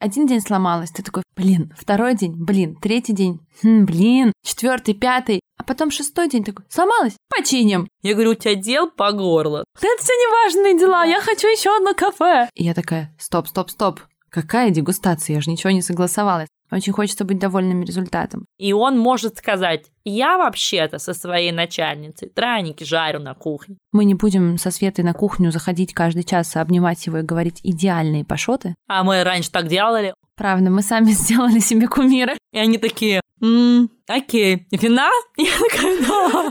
один день сломалась, ты такой, блин, второй день, блин, третий день, блин, четвертый, пятый, а потом шестой день такой, сломалась, починим. Я говорю, у тебя дел по горло. Это все неважные дела, я хочу еще одно кафе. И я такая, стоп. Какая дегустация? Я же ничего не согласовалась. Очень хочется быть довольным результатом. И он может сказать, я вообще-то со своей начальницей драники жарю на кухне. Мы не будем со Светой на кухню заходить каждый час, обнимать его и говорить идеальные пашоты. А мы раньше так делали. Правда, мы сами сделали себе кумира. И они такие, окей, вина? Я такая, да.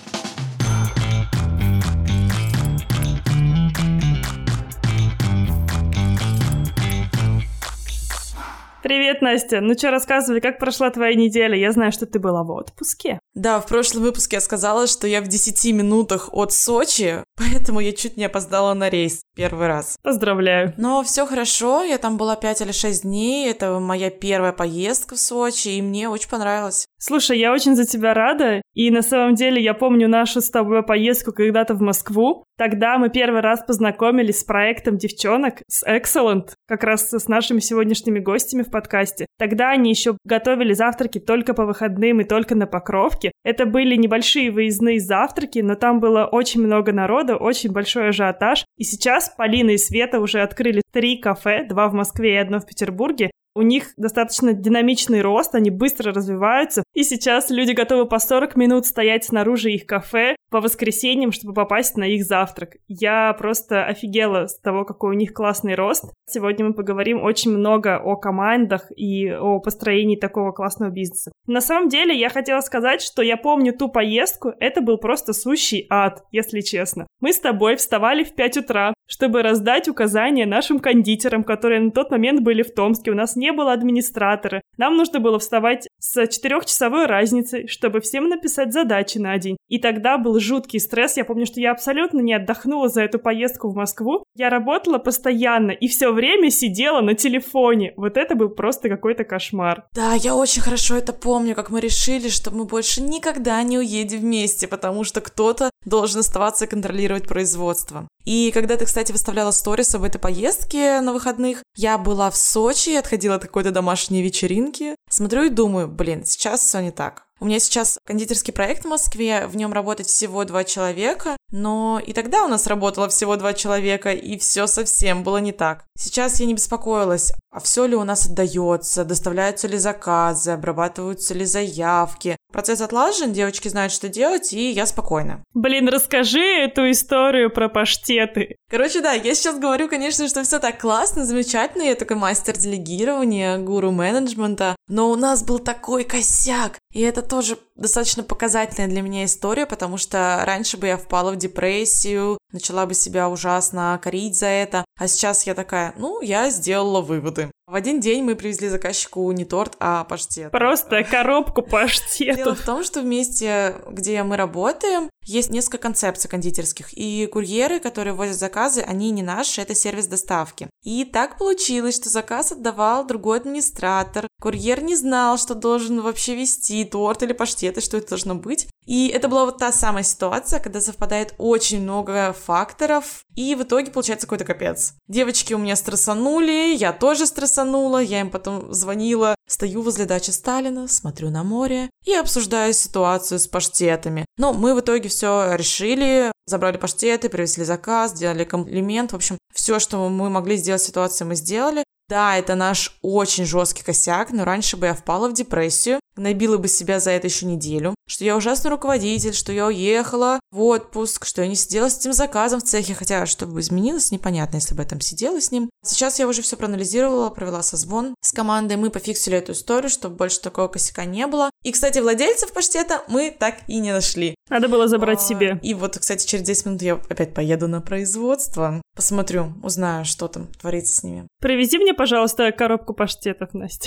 Привет, Настя. Ну что, рассказывай, как прошла твоя неделя? Я знаю, что ты была в отпуске. Да, в прошлом выпуске я сказала, что я в 10 минутах от Сочи, поэтому я чуть не опоздала на рейс первый раз. Поздравляю. Но все хорошо, я там была 5 или 6 дней, это моя первая поездка в Сочи, и мне очень понравилось. Слушай, я очень за тебя рада, и на самом деле я помню нашу с тобой поездку когда-то в Москву. Тогда мы первый раз познакомились с проектом девчонок, с Excellent, как раз с нашими сегодняшними гостями в подкасте. Тогда они еще готовили завтраки только по выходным и только на Покровке. Это были небольшие выездные завтраки, но там было очень много народа, очень большой ажиотаж. И сейчас Полина и Света уже открыли 3 кафе, 2 в Москве и 1 в Петербурге. У них достаточно динамичный рост, они быстро развиваются, и сейчас люди готовы по 40 минут стоять снаружи их кафе по воскресеньям, чтобы попасть на их завтрак. Я просто офигела с того, какой у них классный рост. Сегодня мы поговорим очень много о командах и о построении такого классного бизнеса. На самом деле, я хотела сказать, что я помню ту поездку, это был просто сущий ад, если честно. Мы с тобой вставали в 5 утра, чтобы раздать указания нашим кондитерам, которые на тот момент были в Томске. У нас не было администратора. Нам нужно было вставать с 4-часовой разницей, чтобы всем написать задачи на день. И тогда был жуткий стресс. Я помню, что я абсолютно не отдохнула за эту поездку в Москву. Я работала постоянно и все время сидела на телефоне. Вот это был просто какой-то кошмар. Да, я очень хорошо это помню, как мы решили, что мы больше никогда не уедем вместе, потому что кто-то должен оставаться и контролировать производство. И когда ты, кстати, выставляла сторис об этой поездке на выходных, я была в Сочи, отходила от какой-то домашней вечеринки, смотрю и думаю, сейчас все не так. У меня сейчас кондитерский проект в Москве, в нем работает всего 2 человека, но и тогда у нас работало всего 2 человека, и все совсем было не так. Сейчас я не беспокоилась, а все ли у нас отдается, доставляются ли заказы, обрабатываются ли заявки. Процесс отлажен, девочки знают, что делать, и я спокойна. Расскажи эту историю про паштеты. Короче, да, я сейчас говорю, конечно, что все так классно, замечательно, я такой мастер делегирования, гуру менеджмента, но у нас был такой косяк, и это тоже достаточно показательная для меня история, потому что раньше бы я впала в депрессию, начала бы себя ужасно корить за это, а сейчас я такая, я сделала выводы. В один день мы привезли заказчику не торт, а паштет. Просто коробку паштетов. Дело в том, что в месте, где мы работаем, есть несколько концепций кондитерских, и курьеры, которые возят заказы, они не наши, это сервис доставки. И так получилось, что заказ отдавал другой администратор. Курьер не знал, что должен вообще везти торт или паштеты, что это должно быть. И это была вот та самая ситуация, когда совпадает очень много факторов, и в итоге получается какой-то капец. Девочки у меня стрессанули, я тоже стрессанула, я им потом звонила, стою возле дачи Сталина, смотрю на море и обсуждаю ситуацию с паштетами. Но мы в итоге все решили, забрали паштеты, привезли заказ, сделали комплимент, в общем, все, что мы могли сделать в ситуации, мы сделали. Да, это наш очень жесткий косяк, но раньше бы я впала в депрессию, набила бы себя за это еще неделю, что я ужасный руководитель, что я уехала в отпуск, что я не сидела с этим заказом в цехе, хотя что бы изменилось, непонятно, если бы я там сидела с ним. Сейчас я уже все проанализировала, провела созвон с командой, мы пофиксили эту историю, чтобы больше такого косяка не было. И, кстати, владельцев паштета мы так и не нашли. Надо было забрать себе. И вот, кстати, через 10 минут я опять поеду на производство, посмотрю, узнаю, что там творится с ними. Привези мне, пожалуйста, коробку паштетов, Настя.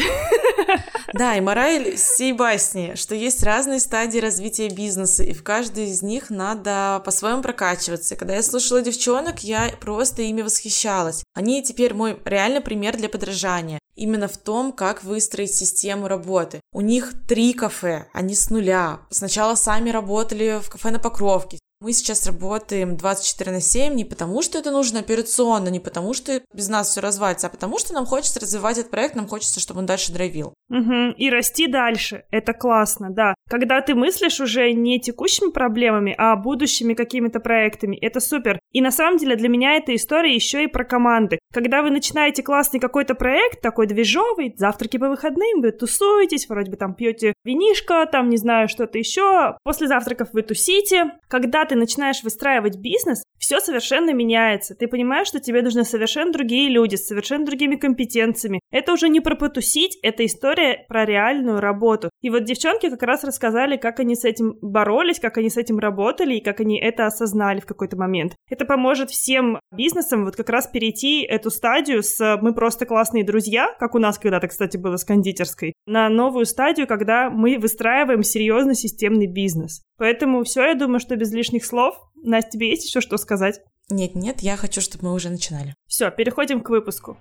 Да, и мораль всей басни, что есть разные стадии развития бизнеса, и в каждой из них надо по-своему прокачиваться. И когда я слушала девчонок, я просто ими восхищалась. Они теперь мой реальный пример для подражания. Именно в том, как выстроить систему работы. У них 3 кафе, они с нуля. Сначала сами работали в кафе на Покровке, Мы сейчас работаем 24/7 не потому, что это нужно операционно, не потому, что без нас все развалится, а потому, что нам хочется развивать этот проект, нам хочется, чтобы он дальше драйвил. И расти дальше. Это классно, да. Когда ты мыслишь уже не текущими проблемами, а будущими какими-то проектами, это супер. И на самом деле для меня эта история еще и про команды. Когда вы начинаете классный какой-то проект, такой движовый, завтраки по выходным, вы тусуетесь, вроде бы там пьете винишко, там, не знаю, что-то еще, после завтраков вы тусите. Когда ты начинаешь выстраивать бизнес, все совершенно меняется. Ты понимаешь, что тебе нужны совершенно другие люди с совершенно другими компетенциями. Это уже не про потусить, это история про реальную работу. И вот девчонки как раз рассказали, как они с этим боролись, как они с этим работали и как они это осознали в какой-то момент. Это поможет всем бизнесам вот как раз перейти эту стадию с «мы просто классные друзья», как у нас когда-то, кстати, было с кондитерской, на новую стадию, когда мы выстраиваем серьезный системный бизнес. Поэтому все, я думаю, что без лишних слов. Настя, тебе есть еще что сказать? Нет, я хочу, чтобы мы уже начинали. Все, переходим к выпуску.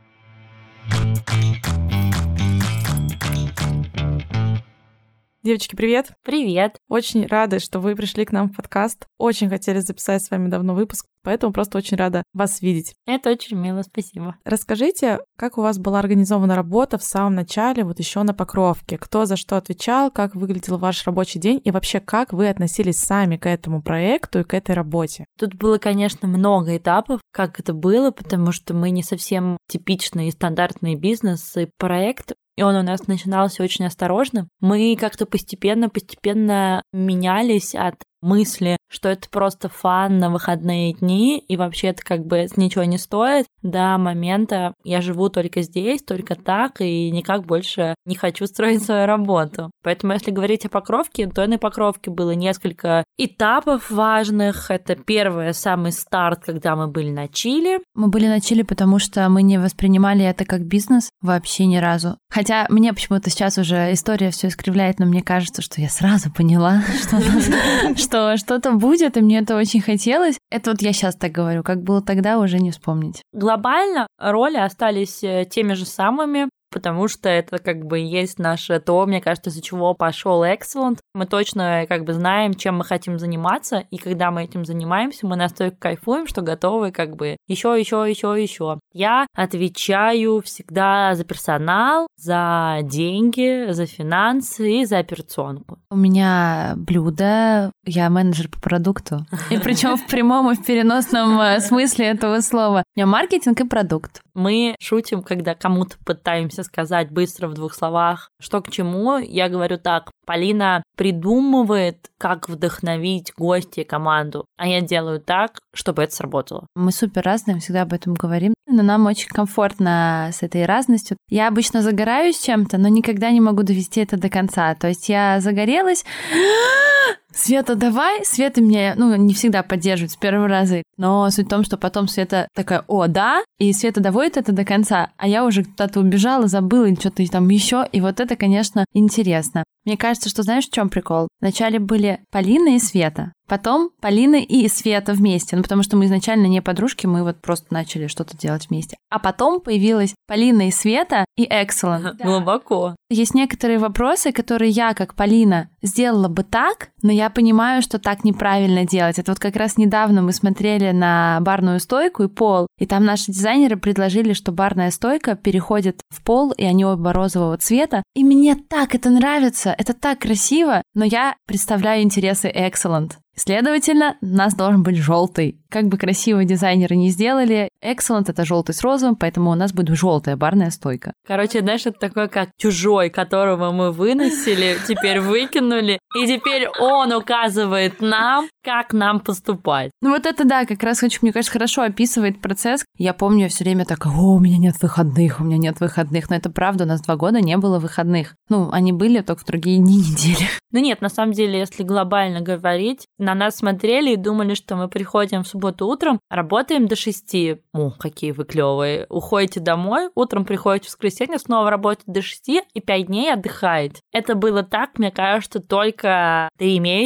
Девочки, привет! Привет! Очень рада, что вы пришли к нам в подкаст. Очень хотели записать с вами давно выпуск, поэтому просто очень рада вас видеть. Это очень мило, спасибо. Расскажите, как у вас была организована работа в самом начале, вот еще на Покровке? Кто за что отвечал, как выглядел ваш рабочий день и вообще как вы относились сами к этому проекту и к этой работе? Тут было, конечно, много этапов, как это было, потому что мы не совсем типичный стандартный бизнес и проект. И он у нас начинался очень осторожно. Мы как-то постепенно менялись от мысли, что это просто фан на выходные дни, и вообще это как бы ничего не стоит, до момента я живу только здесь, только так, и никак больше не хочу строить свою работу. Поэтому если говорить о Покровке, то и на Покровке было несколько этапов важных. Это первый, самый старт, когда мы были на Чили. Мы были на Чили, потому что мы не воспринимали это как бизнес вообще ни разу. Хотя мне почему-то сейчас уже история все искривляет, но мне кажется, что я сразу поняла, что что-то будет, и мне это очень хотелось. Это вот я сейчас так говорю, как было тогда, уже не вспомнить. Глобально роли остались теми же самыми, потому что это как бы есть наше то, мне кажется, из-за чего пошел Excellent. Мы точно как бы знаем, чем мы хотим заниматься, и когда мы этим занимаемся, мы настолько кайфуем, что готовы как бы еще. Я отвечаю всегда за персонал, за деньги, за финансы и за операционку. У меня блюдо, я менеджер по продукту, и причем в прямом и в переносном смысле этого слова. У меня маркетинг и продукт. Мы шутим, когда кому-то пытаемся сказать быстро в 2 словах, что к чему. Я говорю так: Полина придумывает, как вдохновить гостя и команду, а я делаю так, чтобы это сработало. Мы супер разные, всегда об этом говорим, но нам очень комфортно с этой разностью. Я обычно загораюсь чем-то, но никогда не могу довести это до конца. То есть я загорелась... Света, давай. Света меня, не всегда поддерживает с первого раза. Но суть в том, что потом Света такая: о, да, и Света доводит это до конца, а я уже куда-то убежала, забыла или что-то там еще. И вот это, конечно, интересно. Мне кажется, что знаешь, в чем прикол? Вначале были Полина и Света, потом Полина и Света вместе, потому что мы изначально не подружки, мы вот просто начали что-то делать вместе. А потом появилась Полина и Света и Excellent. Глубоко. Есть некоторые вопросы, которые я, как Полина, сделала бы так, но я понимаю, что так неправильно делать. Это вот как раз недавно мы смотрели на барную стойку и пол, и там наши дизайнеры предложили, что барная стойка переходит в пол, и они оба розового цвета. И мне так это нравится, это так красиво, но я представляю интересы Excellent. Следовательно, у нас должен быть желтый. Как бы красиво дизайнеры не сделали, Excellent — это желтый с розовым, поэтому у нас будет желтая барная стойка. Короче, знаешь, это такое, как чужой, которого мы выносили, теперь выкинули, и теперь он указывает нам, как нам поступать. Вот это да, как раз мне кажется, хорошо описывает процесс. Я помню, я все время так: у меня нет выходных. Но это правда, у нас 2 года не было выходных. Они были только в другие дни недели. Нет, на самом деле, если глобально говорить, на нас смотрели и думали, что мы приходим в субботу утром, работаем до 6. О, какие вы клевые. Уходите домой, утром приходите в воскресенье, снова работаете до 6 и 5 дней отдыхаете. Это было так, мне кажется, только 3 месяца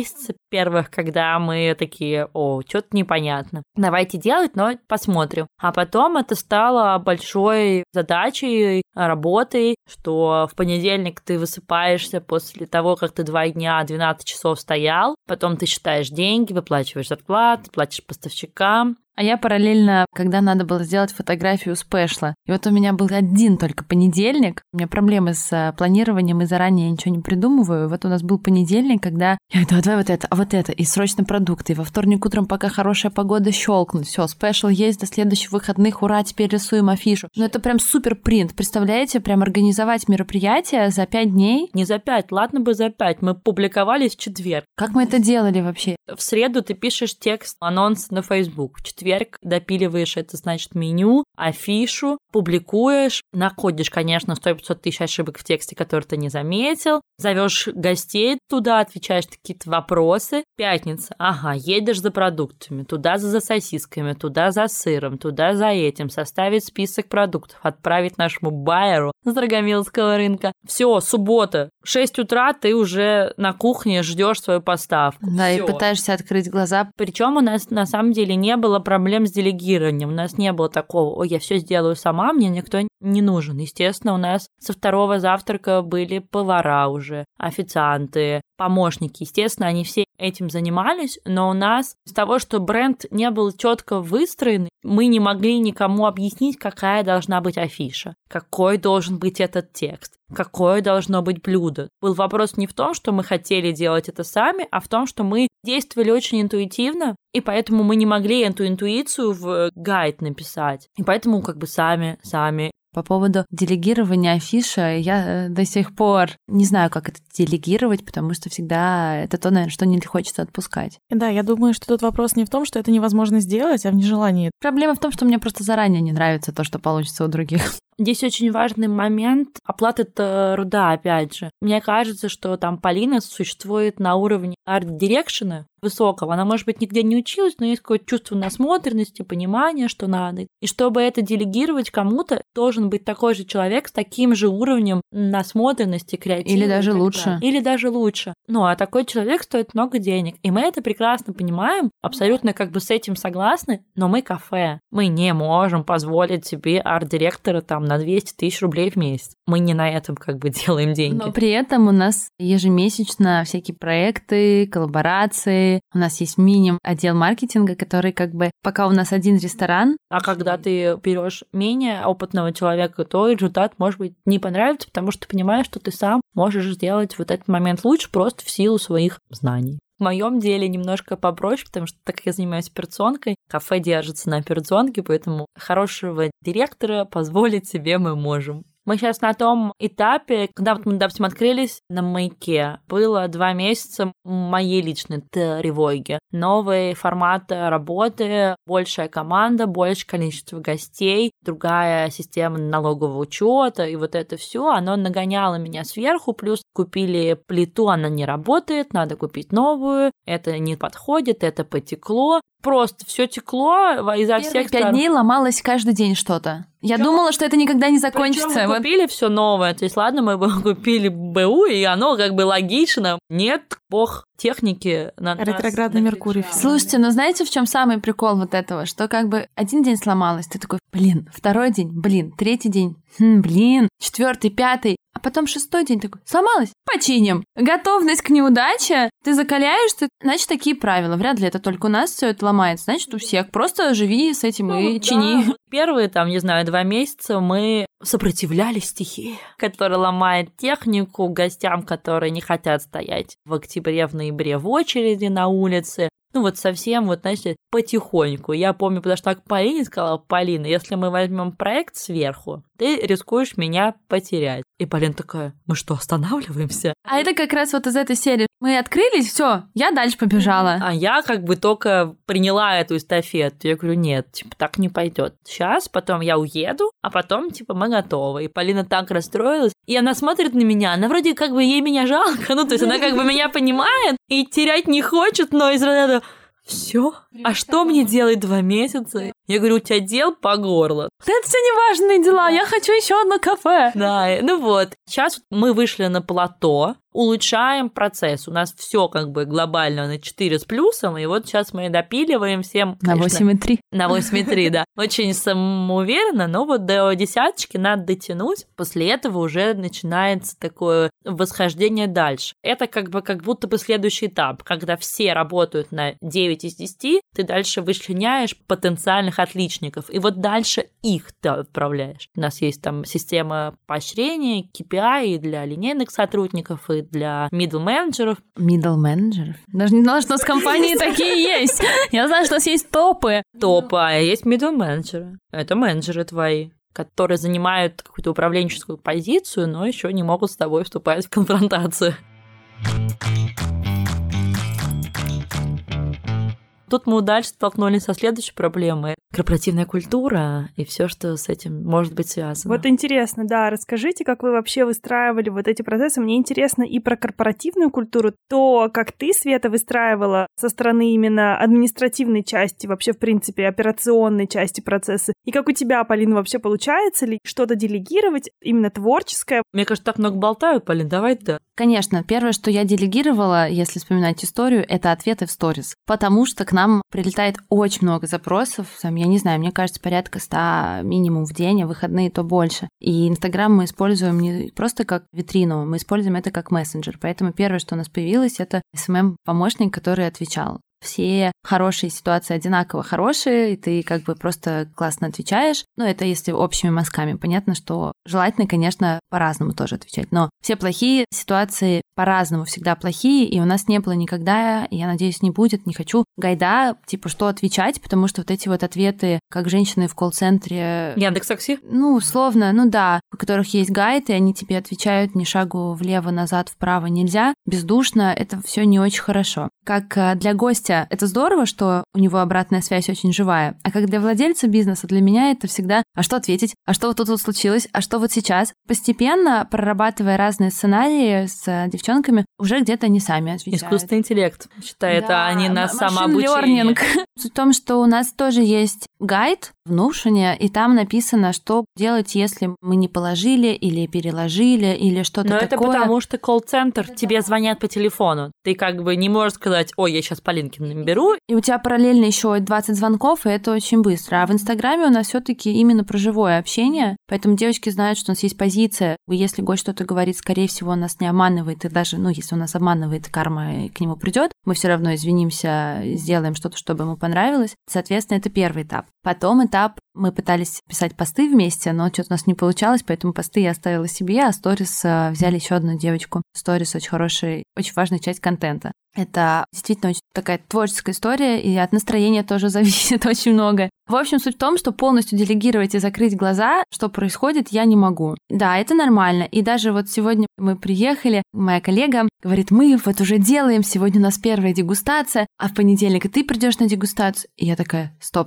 первых, когда мы такие, что-то непонятно. Давайте делать, но посмотрим. А потом это стало большой задачей, работой, что в понедельник ты высыпаешься после того, как ты 2 дня, 12 часов стоял, потом ты считаешь деньги, выплачиваешь зарплату, платишь поставщикам. А я параллельно, когда надо было сделать фотографию спешла, и вот у меня был один только понедельник, у меня проблемы с планированием, и заранее я ничего не придумываю. Вот у нас был понедельник, когда я говорю, давай вот это, и срочно продукты, и во вторник утром, пока хорошая погода, щелкнуть. Все, спешл есть до следующих выходных, ура, теперь рисуем афишу. Ну это прям супер принт, представляете, прям организовать мероприятие за 5 дней. Не за 5, ладно бы за 5, мы публиковались в четверг. Как мы это делали вообще? В среду ты пишешь текст, анонс на Facebook, в четверг допиливаешь это, значит, меню, афишу, публикуешь, находишь, конечно, 100-500 тысяч ошибок в тексте, которые ты не заметил, зовешь гостей туда, отвечаешь на какие-то вопросы. Пятница, едешь за продуктами, туда за сосисками, туда за сыром, туда за этим, составить список продуктов, отправить нашему байеру с Драгомилского рынка. Все, суббота, 6 утра ты уже на кухне ждешь свою поставку. Да, Всё. и пытаешься открыть глаза. Причем у нас на самом деле не было проблем с делегированием. У нас не было такого, я все сделаю сама, мне никто не нужен. Естественно, у нас со второго завтрака были повара уже, официанты, помощники. Естественно, они все этим занимались, но у нас с того, что бренд не был четко выстроен, мы не могли никому объяснить, какая должна быть афиша, какой должен быть этот текст, какое должно быть блюдо. Был вопрос не в том, что мы хотели делать это сами, а в том, что мы действовали очень интуитивно, и поэтому мы не могли эту интуицию в гайд написать. И поэтому сами. По поводу делегирования афиши, я до сих пор не знаю, как это делегировать, потому что всегда это то, наверное, что не хочется отпускать. Да, я думаю, что тут вопрос не в том, что это невозможно сделать, а в нежелании. Проблема в том, что мне просто заранее не нравится то, что получится у других. Здесь очень важный момент оплаты труда, опять же. Мне кажется, что там Полина существует на уровне арт-дирекшена высокого. Она, может быть, нигде не училась, но есть какое-то чувство насмотренности, понимания, что надо. И чтобы это делегировать кому-то, должен быть такой же человек с таким же уровнем насмотренности, креатива. Или даже лучше. Или даже лучше. А такой человек стоит много денег. И мы это прекрасно понимаем, абсолютно с этим согласны, но мы кафе. Мы не можем позволить себе арт-директора на 200 тысяч рублей в месяц. Мы не на этом делаем деньги. Но при этом у нас ежемесячно всякие проекты, коллаборации. У нас есть отдел маркетинга, который пока у нас один ресторан. А когда ты берешь менее опытного человека, то результат, может быть, не понравится, потому что ты понимаешь, что ты сам можешь сделать вот этот момент лучше просто в силу своих знаний. В моем деле немножко попроще, потому что так как я занимаюсь операционкой, кафе держится на операционке, поэтому хорошего директора позволить себе мы можем. Мы сейчас на том этапе, когда мы, допустим, открылись на Маяке, было 2 месяца моей личной тревоги. Новый формат работы, большая команда, большее количество гостей, другая система налогового учета, и вот это все, оно нагоняло меня сверху, плюс купили плиту, она не работает, надо купить новую, это не подходит, это потекло. Просто все текло изо всех сторон. 5 дней ломалось каждый день что-то. Я думала, что это никогда не закончится. Причем мы купили все новое. То есть, ладно, мы купили БУ, и оно логично. Нет, бог техники на нас. Ретроградный Меркурий. Слушайте, знаете, в чем самый прикол вот этого? Что один день сломалось, ты такой, второй день, третий день, 4-й, 5-й, а потом 6-й день такой, сломалось, починим. Готовность к неудаче, ты закаляешься, значит, такие правила. Вряд ли это только у нас все это ломается, значит, у всех. Просто живи с этим и чини. Да. Первые, 2 месяца мы сопротивлялись стихии, которая ломает технику гостям, которые не хотят стоять в октябре, в ноябре в очереди на улице. Совсем, потихоньку. Я помню, подошла к Полине и сказала: Полина, если мы возьмем проект сверху, ты рискуешь меня потерять. И Полина такая: мы что, останавливаемся? А это как раз из этой серии. Мы открылись, все, я дальше побежала. А я только приняла эту эстафету. Я говорю: нет, так не пойдет. Сейчас, потом я уеду, а потом, мы готовы. И Полина так расстроилась. И она смотрит на меня, она вроде ей меня жалко, то есть она меня понимает и терять не хочет, но из разряда: Все? А что мне делать 2 месяца? Я говорю, у тебя дел по горло. Это все неважные дела, я хочу еще одно кафе. Да, ну вот. Сейчас мы вышли на плато, улучшаем процесс. У нас все как бы глобально на 4 с плюсом, и вот сейчас мы допиливаем всем. На 8,3. На 8,3, да. Очень самоуверенно, но вот до 10 надо дотянуть. После этого уже начинается такое восхождение дальше. Это как будто бы следующий этап, когда все работают на 9 из 10, ты дальше вычленяешь потенциальных отличников, и вот дальше их ты отправляешь. У нас есть там система поощрения, KPI для линейных сотрудников и для middle менеджеров. Middle менеджеров? Даже не знала, что у нас в компании такие есть. Я знаю, что у нас есть топы. Топы, а есть middle менеджеры. Это менеджеры твои, которые занимают какую-то управленческую позицию, но еще не могут с тобой вступать в конфронтацию. Тут мы дальше столкнулись со следующей проблемой. Корпоративная культура и все, что с этим может быть связано. Вот интересно, да, расскажите, как вы вообще выстраивали вот эти процессы. Мне интересно и про корпоративную культуру, то, как ты, Света, выстраивала со стороны именно административной части, вообще, в принципе, операционной части процесса. И как у тебя, Полина, вообще получается ли что-то делегировать, именно творческое? Мне кажется, так много болтаю, Полин, давай ты. Конечно, первое, что я делегировала, если вспоминать историю, это ответы в сторис. Потому что к нам прилетает очень много запросов. Я не знаю, мне кажется, порядка 100 минимум в день, а выходные то больше. И Инстаграм мы используем не просто как витрину, мы используем это как мессенджер. Поэтому первое, что у нас появилось, это SMM-помощник, который отвечал. Все хорошие ситуации одинаково хорошие, и ты как бы просто классно отвечаешь. Ну, это если общими мазками. Понятно, что желательно, конечно, по-разному тоже отвечать. Но все плохие ситуации по-разному всегда плохие, и у нас не было никогда, и я надеюсь, не будет, не хочу гайда, типа, что отвечать, потому что вот эти вот ответы, как женщины в колл-центре... Яндекс.Такси? Ну, условно, ну да, у которых есть гайд, и они тебе отвечают ни шагу влево, назад, вправо нельзя, бездушно, это все не очень хорошо. Как для гостя это здорово, что у него обратная связь очень живая, а как для владельца бизнеса, для меня это всегда «а что ответить? А что вот тут вот случилось? А что вот сейчас?» Постепенно, прорабатывая разные сценарии с девчонками, уже где-то они сами отвечают. Искусственный интеллект, считай, это они на самообучение. Learning. Суть в том, что у нас тоже есть гайд в Notion, и там написано, что делать, если мы не положили или переложили, или что-то такое. Но это потому что колл-центр, тебе звонят по телефону. Ты как бы не можешь сказать: ой, я сейчас Полинкину наберу. И у тебя параллельно еще 20 звонков, и это очень быстро. А в Инстаграме у нас все-таки именно про живое общение, поэтому девочки знают, что у нас есть позиция. Если гость что-то говорит, скорее всего, он нас не обманывает, и даже, если он нас обманывает, карма к нему придет, мы все равно извинимся, сделаем что-то, чтобы ему понравилось. Соответственно, это первый этап. Потом этап, мы пытались писать посты вместе, но что-то у нас не получалось, поэтому посты я оставила себе, а сторис взяли еще одну девочку. Сторис очень хорошая, очень важная часть контента. Это действительно очень такая творческая история, и от настроения тоже зависит очень много. В общем, суть в том, что полностью делегировать и закрыть глаза, что происходит, я не могу. Да, это нормально. И даже вот сегодня мы приехали, моя коллега говорит: мы вот уже делаем, сегодня у нас первая дегустация, а в понедельник ты придешь на дегустацию. И я такая: стоп.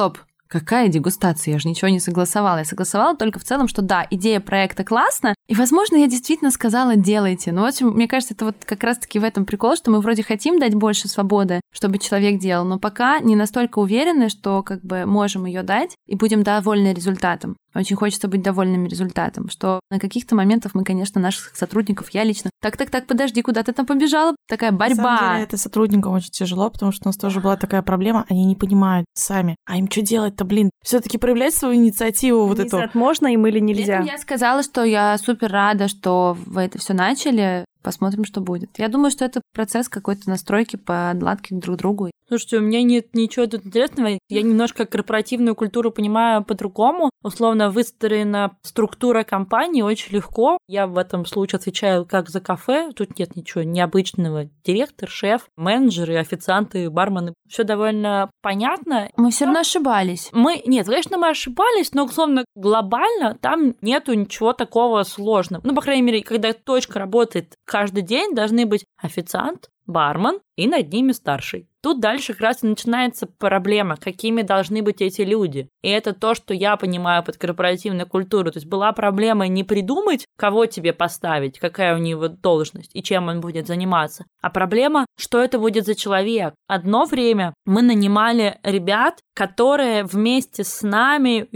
Какая дегустация? Я же ничего не согласовала. Я согласовала только в целом, что да, идея проекта классна, и, возможно, я действительно сказала: делайте. Но, в общем, мне кажется, это вот как раз-таки в этом прикол, что мы вроде хотим дать больше свободы, чтобы человек делал, но пока не настолько уверены, что как бы можем ее дать и будем довольны результатом. Очень хочется быть довольными результатом, что на каких-то моментах мы, конечно, наших сотрудников, я лично, так, подожди, куда ты там побежала? Такая борьба. На самом деле, это сотрудникам очень тяжело, потому что у нас тоже была такая проблема, они не понимают сами, а им что делать-то, все-таки проявлять свою инициативу вот эту. Можно им или нельзя? Я сказала, что я супер рада, что вы это все начали. Посмотрим, что будет. Я думаю, что это процесс какой-то настройки, подладки друг к другу. Слушайте, у меня нет ничего тут интересного. Я немножко корпоративную культуру понимаю по-другому. Условно выстроена структура компании очень легко. Я в этом случае отвечаю как за кафе. Тут нет ничего необычного. Директор, шеф, менеджеры, официанты, бармены. Все довольно понятно. Мы все равно ошибались. Нет, конечно, мы ошибались, но, условно, глобально там нету ничего такого сложного. По крайней мере, когда точка работает каждый день, должны быть официант, бармен, и над ними старший. Тут дальше как раз и начинается проблема, какими должны быть эти люди. И это то, что я понимаю под корпоративной культурой. То есть была проблема не придумать, кого тебе поставить, какая у него должность и чем он будет заниматься, а проблема, что это будет за человек. Одно время мы нанимали ребят, которые вместе с нами,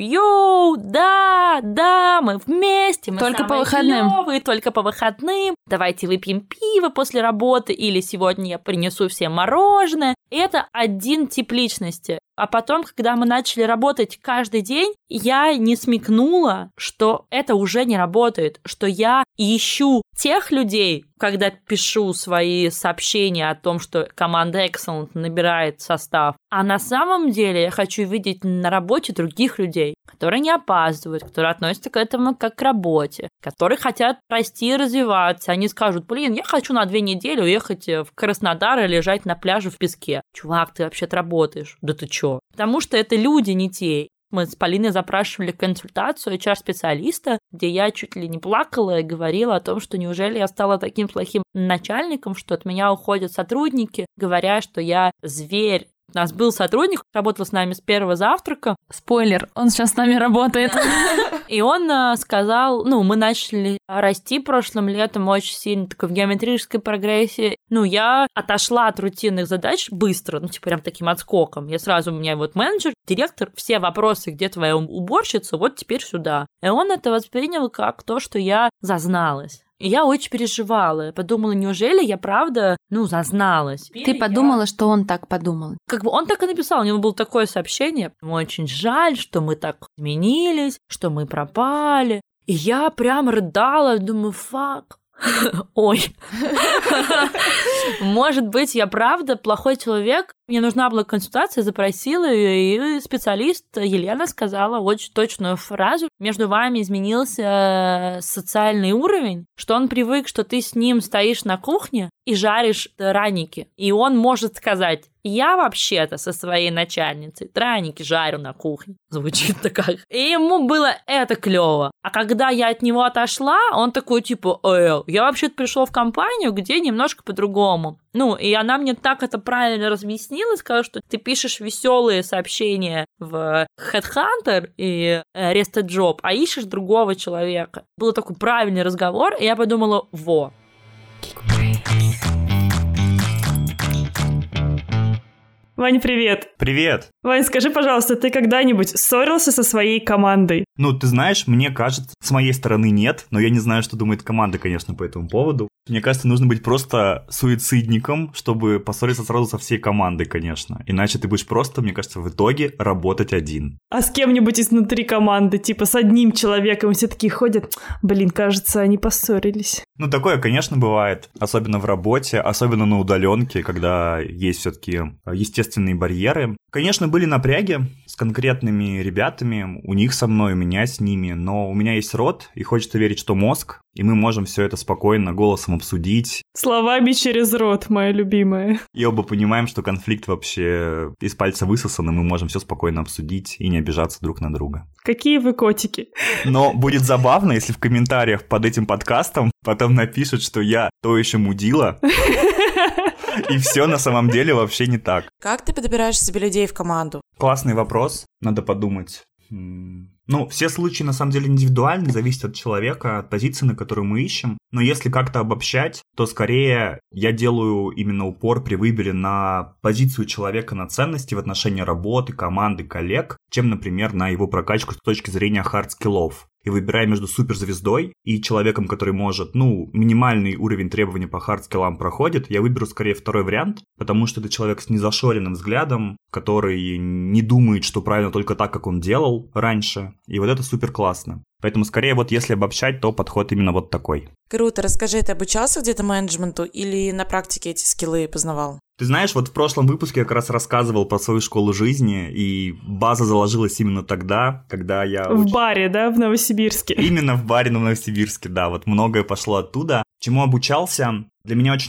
да, мы вместе, мы только по выходным. Клёвые, только по выходным, давайте выпьем пиво после работы, или сегодня я принесу всем мороженое. Это один тип личности. А потом, когда мы начали работать каждый день, я не смекнула, что это уже не работает, что я ищу тех людей, когда пишу свои сообщения о том, что команда Excellent набирает состав. А на самом деле я хочу видеть на работе других людей, которые не опаздывают, которые относятся к этому как к работе, которые хотят расти и развиваться. Они скажут, я хочу на 2 недели уехать в Краснодар и лежать на пляже в песке. Чувак, ты вообще-то работаешь. Да ты чё? Потому что это люди не те. Мы с Полиной запрашивали консультацию HR-специалиста, где я чуть ли не плакала и говорила о том, что неужели я стала таким плохим начальником, что от меня уходят сотрудники, говоря, что я зверь. У нас был сотрудник, работал с нами с первого завтрака. Спойлер, он сейчас с нами работает. И он сказал, мы начали расти прошлым летом очень сильно, такой в геометрической прогрессии. Я отошла от рутинных задач быстро, прям таким отскоком. У меня менеджер, директор, все вопросы, где твоя уборщица, вот теперь сюда. И он это воспринял как то, что я зазналась. И я очень переживала. Я подумала, неужели я правда, зазналась? Ты подумала, что он так подумал? Он так и написал. У него было такое сообщение. Ему очень жаль, что мы так изменились, что мы пропали. И я прям рыдала, думаю, фак. Ой. Может быть, я правда плохой человек? Мне нужна была консультация, запросила ее, и специалист Елена сказала очень точную фразу. Между вами изменился социальный уровень, что он привык, что ты с ним стоишь на кухне и жаришь драники. И он может сказать, я вообще-то со своей начальницей драники жарю на кухне. Звучит-то как. И ему было это клево. А когда я от него отошла, он такой я вообще-то пришел в компанию, где немножко по-другому. И она мне так это правильно разъяснила, сказала, что ты пишешь веселые сообщения в Headhunter и Rested Job, а ищешь другого человека. Был такой правильный разговор, и я подумала, во. Ваня, привет. Привет. Вань, скажи, пожалуйста, ты когда-нибудь ссорился со своей командой? Ты знаешь, мне кажется, с моей стороны нет, но я не знаю, что думает команда, конечно, по этому поводу. Мне кажется, нужно быть просто суицидником, чтобы поссориться сразу со всей командой, конечно. Иначе ты будешь просто, мне кажется, в итоге работать один. А с кем-нибудь изнутри команды, с одним человеком, все такие ходят, кажется, они поссорились. Такое, конечно, бывает, особенно в работе, особенно на удаленке, когда есть все-таки естественные барьеры. Конечно, были напряги с конкретными ребятами, у них со мной, у меня с ними, но у меня есть рот, и хочется верить, что мозг, и мы можем все это спокойно голосом обсудить. Словами через рот, моя любимая. И оба понимаем, что конфликт вообще из пальца высосан, и мы можем все спокойно обсудить и не обижаться друг на друга. Какие вы котики. Но будет забавно, если в комментариях под этим подкастом потом напишут, что я то еще мудила. И все на самом деле вообще не так. Как ты подбираешь себе людей в команду? Классный вопрос, надо подумать. Все случаи на самом деле индивидуальны, зависят от человека, от позиции, на которую мы ищем. Но если как-то обобщать, то скорее я делаю именно упор при выборе на позицию человека, на ценности в отношении работы, команды, коллег, чем, например, на его прокачку с точки зрения хард-скиллов. И выбирая между суперзвездой и человеком, который может, минимальный уровень требований по хард-скиллам проходит, я выберу скорее второй вариант, потому что это человек с незашоренным взглядом, который не думает, что правильно только так, как он делал раньше. И вот это супер классно. Поэтому скорее если обобщать, то подход именно вот такой. Круто. Расскажи, ты обучался где-то менеджменту или на практике эти скиллы познавал? Ты знаешь, в прошлом выпуске я как раз рассказывал про свою школу жизни, и база заложилась именно тогда, когда я... В баре, да, в Новосибирске? Именно в баре в Новосибирске, да, многое пошло оттуда. Чему обучался? Для меня очень важно,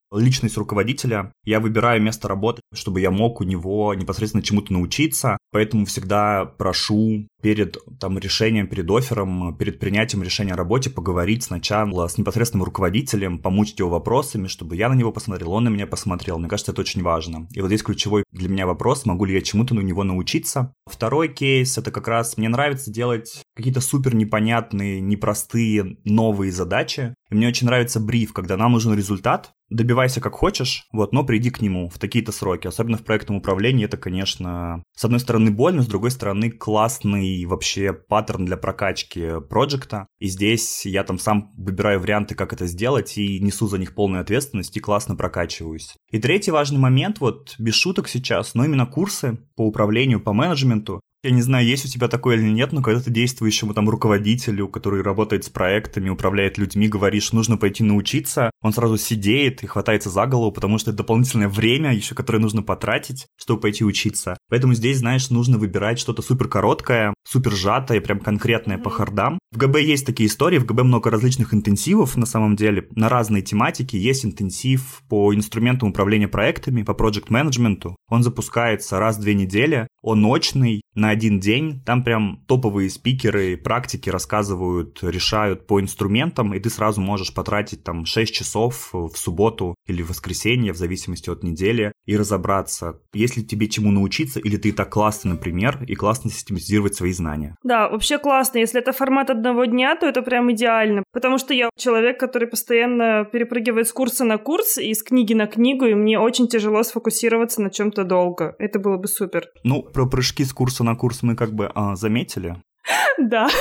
личность руководителя. Я выбираю место работы, чтобы я мог у него непосредственно чему-то научиться. Поэтому всегда прошу перед решением, перед оффером, перед принятием решения о работе поговорить сначала с непосредственным руководителем, помучить его вопросами, чтобы я на него посмотрел, он на меня посмотрел. Мне кажется, это очень важно. И вот здесь ключевой для меня вопрос, могу ли я чему-то у него научиться. Второй кейс, это как раз мне нравится делать какие-то супер непонятные, непростые, новые задачи. И мне очень нравится бриф, когда нам нужен результат. Добивайся как хочешь, но приди к нему в такие-то сроки. Особенно в проектном управлении это, конечно, с одной стороны больно, с другой стороны классный вообще паттерн для прокачки проекта. И здесь я сам выбираю варианты, как это сделать, и несу за них полную ответственность, и классно прокачиваюсь. И третий важный момент, без шуток сейчас, но именно курсы по управлению, по менеджменту. Я не знаю, есть у тебя такое или нет, но когда ты действующему руководителю, который работает с проектами, управляет людьми, говоришь, нужно пойти научиться, он сразу сидеет и хватается за голову, потому что это дополнительное время еще, которое нужно потратить, чтобы пойти учиться. Поэтому здесь, нужно выбирать что-то супер короткое, супер сжатое, прям конкретное по хардам. В ГБ есть такие истории, в ГБ много различных интенсивов, на самом деле, на разные тематики. Есть интенсив по инструментам управления проектами, по проект-менеджменту. Он запускается раз в 2 недели, он очный, на 1 день, там прям топовые спикеры, практики рассказывают, решают по инструментам, и ты сразу можешь потратить 6 часов в субботу или в воскресенье, в зависимости от недели, и разобраться, есть ли тебе чему научиться, или ты и так классно, например, и классно систематизировать свои знания. Да, вообще классно. Если это формат 1 дня, то это прям идеально, потому что я человек, который постоянно перепрыгивает с курса на курс и с книги на книгу, и мне очень тяжело сфокусироваться на чем-то долго. Это было бы супер. Про прыжки с курса на курс мы заметили. Да,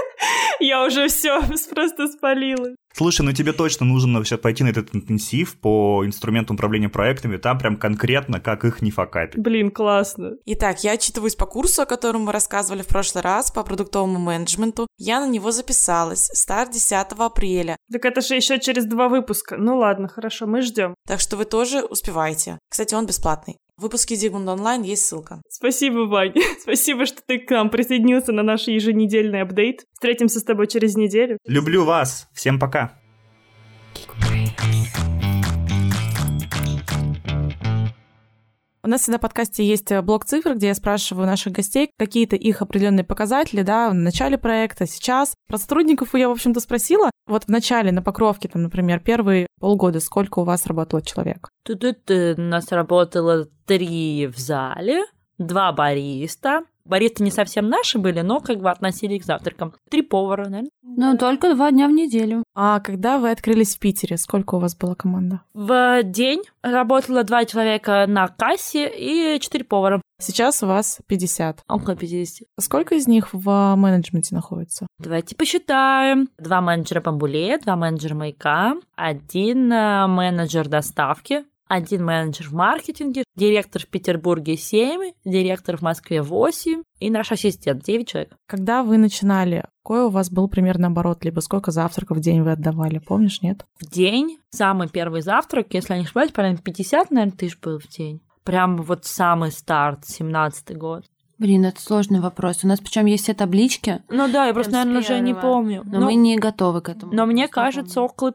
я уже все просто спалила. Слушай, тебе точно нужно вообще пойти на этот интенсив по инструменту управления проектами, там прям конкретно, как их не факапить. Блин, классно. Итак, я отчитываюсь по курсу, о котором мы рассказывали в прошлый раз, по продуктовому менеджменту. Я на него записалась. Старт 10 апреля. Так это же еще через 2 выпуска. Ну ладно, хорошо, мы ждем. Так что вы тоже успеваете. Кстати, он бесплатный. В выпуске Zigmund Online есть ссылка. Спасибо, Вань. Спасибо, что ты к нам присоединился на наш еженедельный апдейт. Встретимся с тобой через неделю. Люблю вас. Всем пока. У нас всегда в подкасте есть блок цифр, где я спрашиваю наших гостей какие-то их определенные показатели, в начале проекта, сейчас. Про сотрудников я, в общем-то, спросила. В начале, на Покровке, например, первые полгода, сколько у вас работало человек? Тут у нас работало 3 в зале, 2 бариста. Баристы не совсем наши были, но относились к завтракам. 3 повара, наверное. Только 2 дня в неделю. А когда вы открылись в Питере, сколько у вас была команда? В день работало 2 человека на кассе и 4 повара. Сейчас у вас 50. Около 50. Сколько из них в менеджменте находится? Давайте посчитаем. 2 менеджера Бамбуле, 2 менеджера Маяка, 1 менеджер доставки, 1 менеджер в маркетинге, директор в Петербурге 7, директор в Москве 8 и наш ассистент 9 человек. Когда вы начинали, какой у вас был примерно оборот, либо сколько завтраков в день вы отдавали, помнишь, нет? В день самый первый завтрак, если я не ошибаюсь, примерно 50, наверное, тысяч был в день. Прям самый старт, 17-й год. Блин, это сложный вопрос. У нас причем есть все таблички. Ну да, я просто, наверное, уже не помню. Но мы не готовы к этому. Но мне кажется, около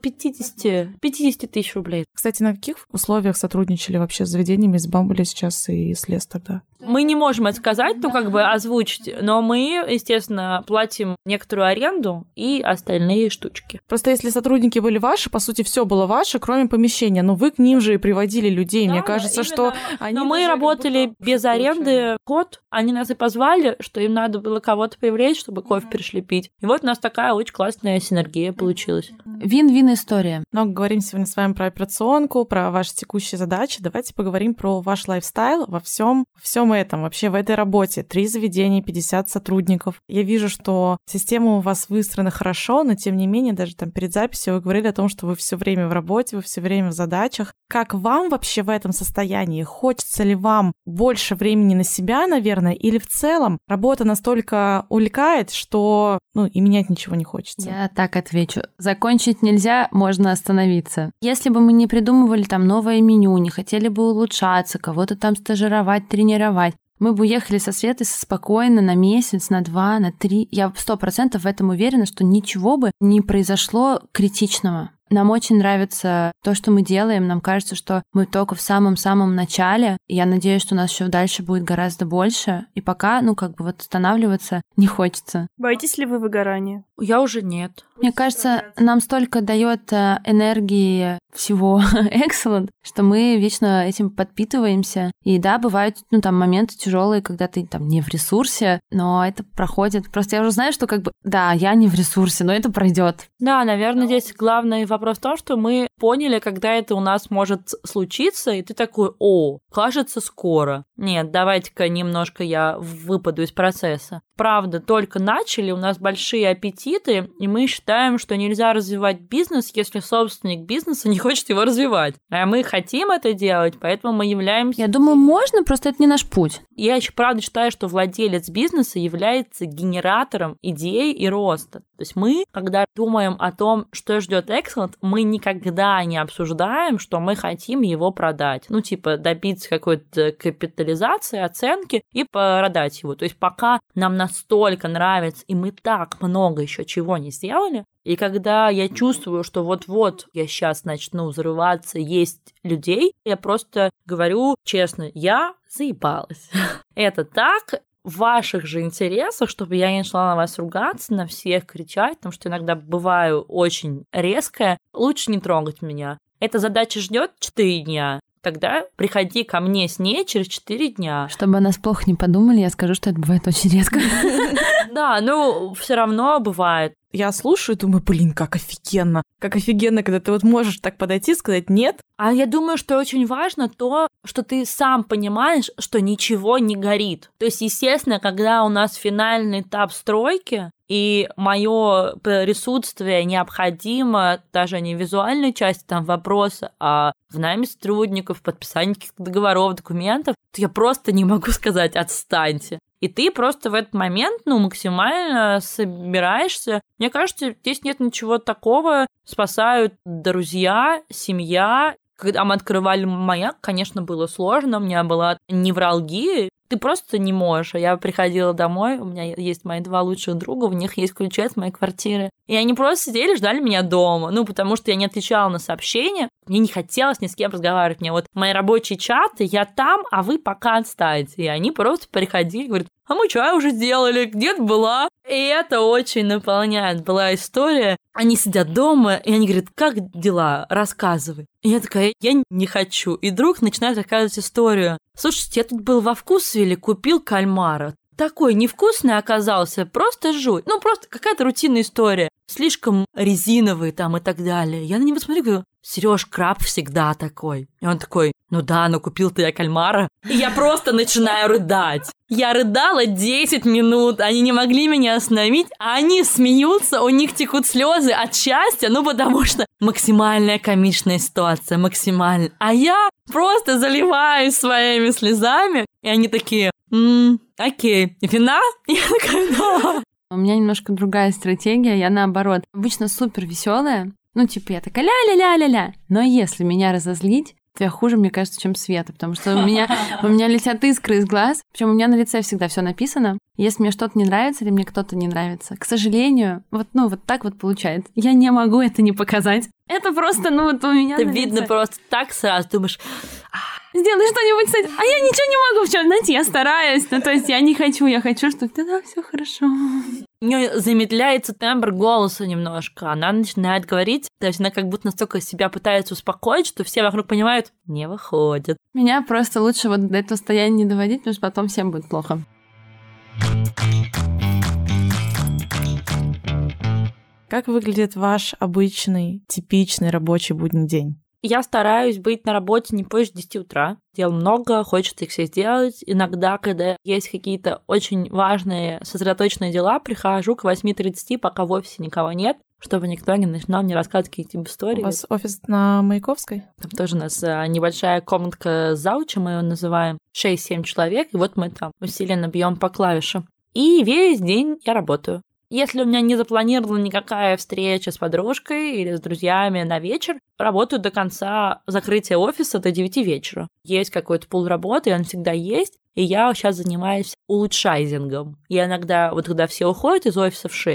50 тысяч рублей. Кстати, на каких условиях сотрудничали вообще с заведениями из Бамбуля сейчас и с Лес тогда? Мы не можем это сказать, озвучить, но мы, естественно, платим некоторую аренду и остальные штучки. Просто если сотрудники были ваши, по сути, все было ваше, кроме помещения. Но вы к ним же и приводили людей. Да, мне кажется, что они... Но мы работали без аренды год. Они нас и позвали, что им надо было кого-то привлечь, чтобы кофе пришли пить. И у нас такая очень классная синергия получилась. Вин-вин история. Много говорим сегодня с вами про операционку, про ваши текущие задачи. Давайте поговорим про ваш лайфстайл во всем этом, вообще в этой работе. 3 заведения, 50 сотрудников. Я вижу, что система у вас выстроена хорошо, но тем не менее, даже перед записью вы говорили о том, что вы все время в работе, вы все время в задачах. Как вам вообще в этом состоянии? Хочется ли вам больше времени на себя, наверное, или в целом работа настолько увлекает, что и менять ничего не хочется? Я так отвечу. Закончить нельзя, можно остановиться. Если бы мы не придумывали новое меню, не хотели бы улучшаться, кого-то стажировать, тренировать, мы бы уехали со Светой спокойно на месяц, на 2, на 3. Я 100% в этом уверена, что ничего бы не произошло критичного. Нам очень нравится то, что мы делаем. Нам кажется, что мы только в самом-самом начале. И я надеюсь, что у нас еще дальше будет гораздо больше. И пока, останавливаться не хочется. Боитесь ли вы выгорания? Я уже нет. Мне кажется, нам столько дает энергии всего Excellent, что мы вечно этим подпитываемся. И да, бывают, моменты тяжелые, когда ты не в ресурсе, но это проходит. Просто я уже знаю, что я не в ресурсе, но это пройдет. Да, наверное, здесь главный вопрос в том, что мы поняли, когда это у нас может случиться, и ты такой: кажется, скоро. Нет, давайте-ка немножко я выпаду из процесса. Правда, только начали, у нас большие аппетиты, и мы считаем, что нельзя развивать бизнес, если собственник бизнеса не хочет его развивать. А мы хотим это делать, поэтому мы являемся... Я думаю, можно, просто это не наш путь. Я еще правда считаю, что владелец бизнеса является генератором идей и роста. То есть мы, когда думаем о том, что ждет Excellent, мы никогда не обсуждаем, что мы хотим его продать. Добиться какой-то капитализации, оценки и продать его. То есть пока нам настолько нравится, и мы так много еще чего не сделали, и когда я чувствую, что вот-вот я сейчас начну взрываться, есть людей, я просто говорю честно, я заебалась. Это так, в ваших же интересах, чтобы я не шла на вас ругаться, на всех кричать, потому что иногда бываю очень резкая, лучше не трогать меня. Эта задача ждет 4 дня, тогда приходи ко мне с ней через 4 дня. Чтобы о нас плохо не подумали, я скажу, что это бывает очень резко. Да, все равно бывает. Я слушаю и думаю, как офигенно. Как офигенно, когда ты можешь так подойти и сказать «нет». А я думаю, что очень важно то, что ты сам понимаешь, что ничего не горит. То есть, естественно, когда у нас финальный этап стройки, и мое присутствие необходимо даже не в визуальной части вопроса, а в найме сотрудников, подписании каких-то договоров, документов, то я просто не могу сказать «отстаньте». И ты просто в этот момент, максимально собираешься. Мне кажется, здесь нет ничего такого. Спасают друзья, семья. Когда мы открывали «Маяк», конечно, было сложно. У меня была невралгия. Ты просто не можешь. Я приходила домой, у меня есть мои 2 лучших друга, у них есть ключи от моей квартиры. И они просто сидели, ждали меня дома. Потому что я не отвечала на сообщения. Мне не хотелось ни с кем разговаривать. Мне мои рабочие чаты, я там, а вы пока отстаньте. И они просто приходили и говорят: а мы чай уже сделали, где ты была? И это очень наполняет. Была история, они сидят дома, и они говорят: как дела? Рассказывай. И я такая: я не хочу. И друг начинает рассказывать историю. Слушайте, я тут был во Вкусвилле, купил кальмара. Такой невкусный оказался, просто жуть. Просто какая-то рутинная история. Слишком резиновый и так далее. Я на него смотрю и говорю: Серёж, краб всегда такой. И он такой: купил-то я кальмара. И я просто начинаю рыдать. Я рыдала 10 минут, они не могли меня остановить, а они смеются, у них текут слезы от счастья, потому что максимальная комичная ситуация, максимально. А я просто заливаюсь своими слезами, и они такие: окей, вина? Я такая: да. У меня немножко другая стратегия, я наоборот. Обычно супер веселая. Я такая ля-ля-ля-ля-ля. Но если меня разозлить, то я хуже, мне кажется, чем Света, потому что у меня летят искры из глаз. Причем у меня на лице всегда все написано. Если мне что-то не нравится или мне кто-то не нравится, к сожалению, вот так получается. Я не могу это не показать. Это просто, у меня это на видно лице. просто так сразу, думаешь: сделай что-нибудь с этим. А я ничего не могу, в чем, знаете, я стараюсь. То есть я не хочу, я хочу, чтобы тогда все хорошо. У нее замедляется тембр голоса немножко. Она начинает говорить, то есть она как будто настолько себя пытается успокоить, что все вокруг понимают: не выходит. Меня просто лучше до этого состояния не доводить, потому что потом всем будет плохо. Как выглядит ваш обычный, типичный рабочий будний день? Я стараюсь быть на работе не позже 10 утра. Дел много, хочется их все сделать. Иногда, когда есть какие-то очень важные, сосредоточенные дела, прихожу к 8:30, пока в офисе никого нет, чтобы никто не начинал мне рассказывать какие-то истории. У вас офис на Маяковской? Там тоже у нас небольшая комнатка зауча, мы ее называем, 6-7 человек, и мы там усиленно бьем по клавишам. И весь день я работаю. Если у меня не запланирована никакая встреча с подружкой или с друзьями на вечер, работаю до конца закрытия офиса до 9 вечера. Есть какой-то пул работы, он всегда есть, и я сейчас занимаюсь улучшайзингом. Я иногда, когда все уходят из офиса в 6,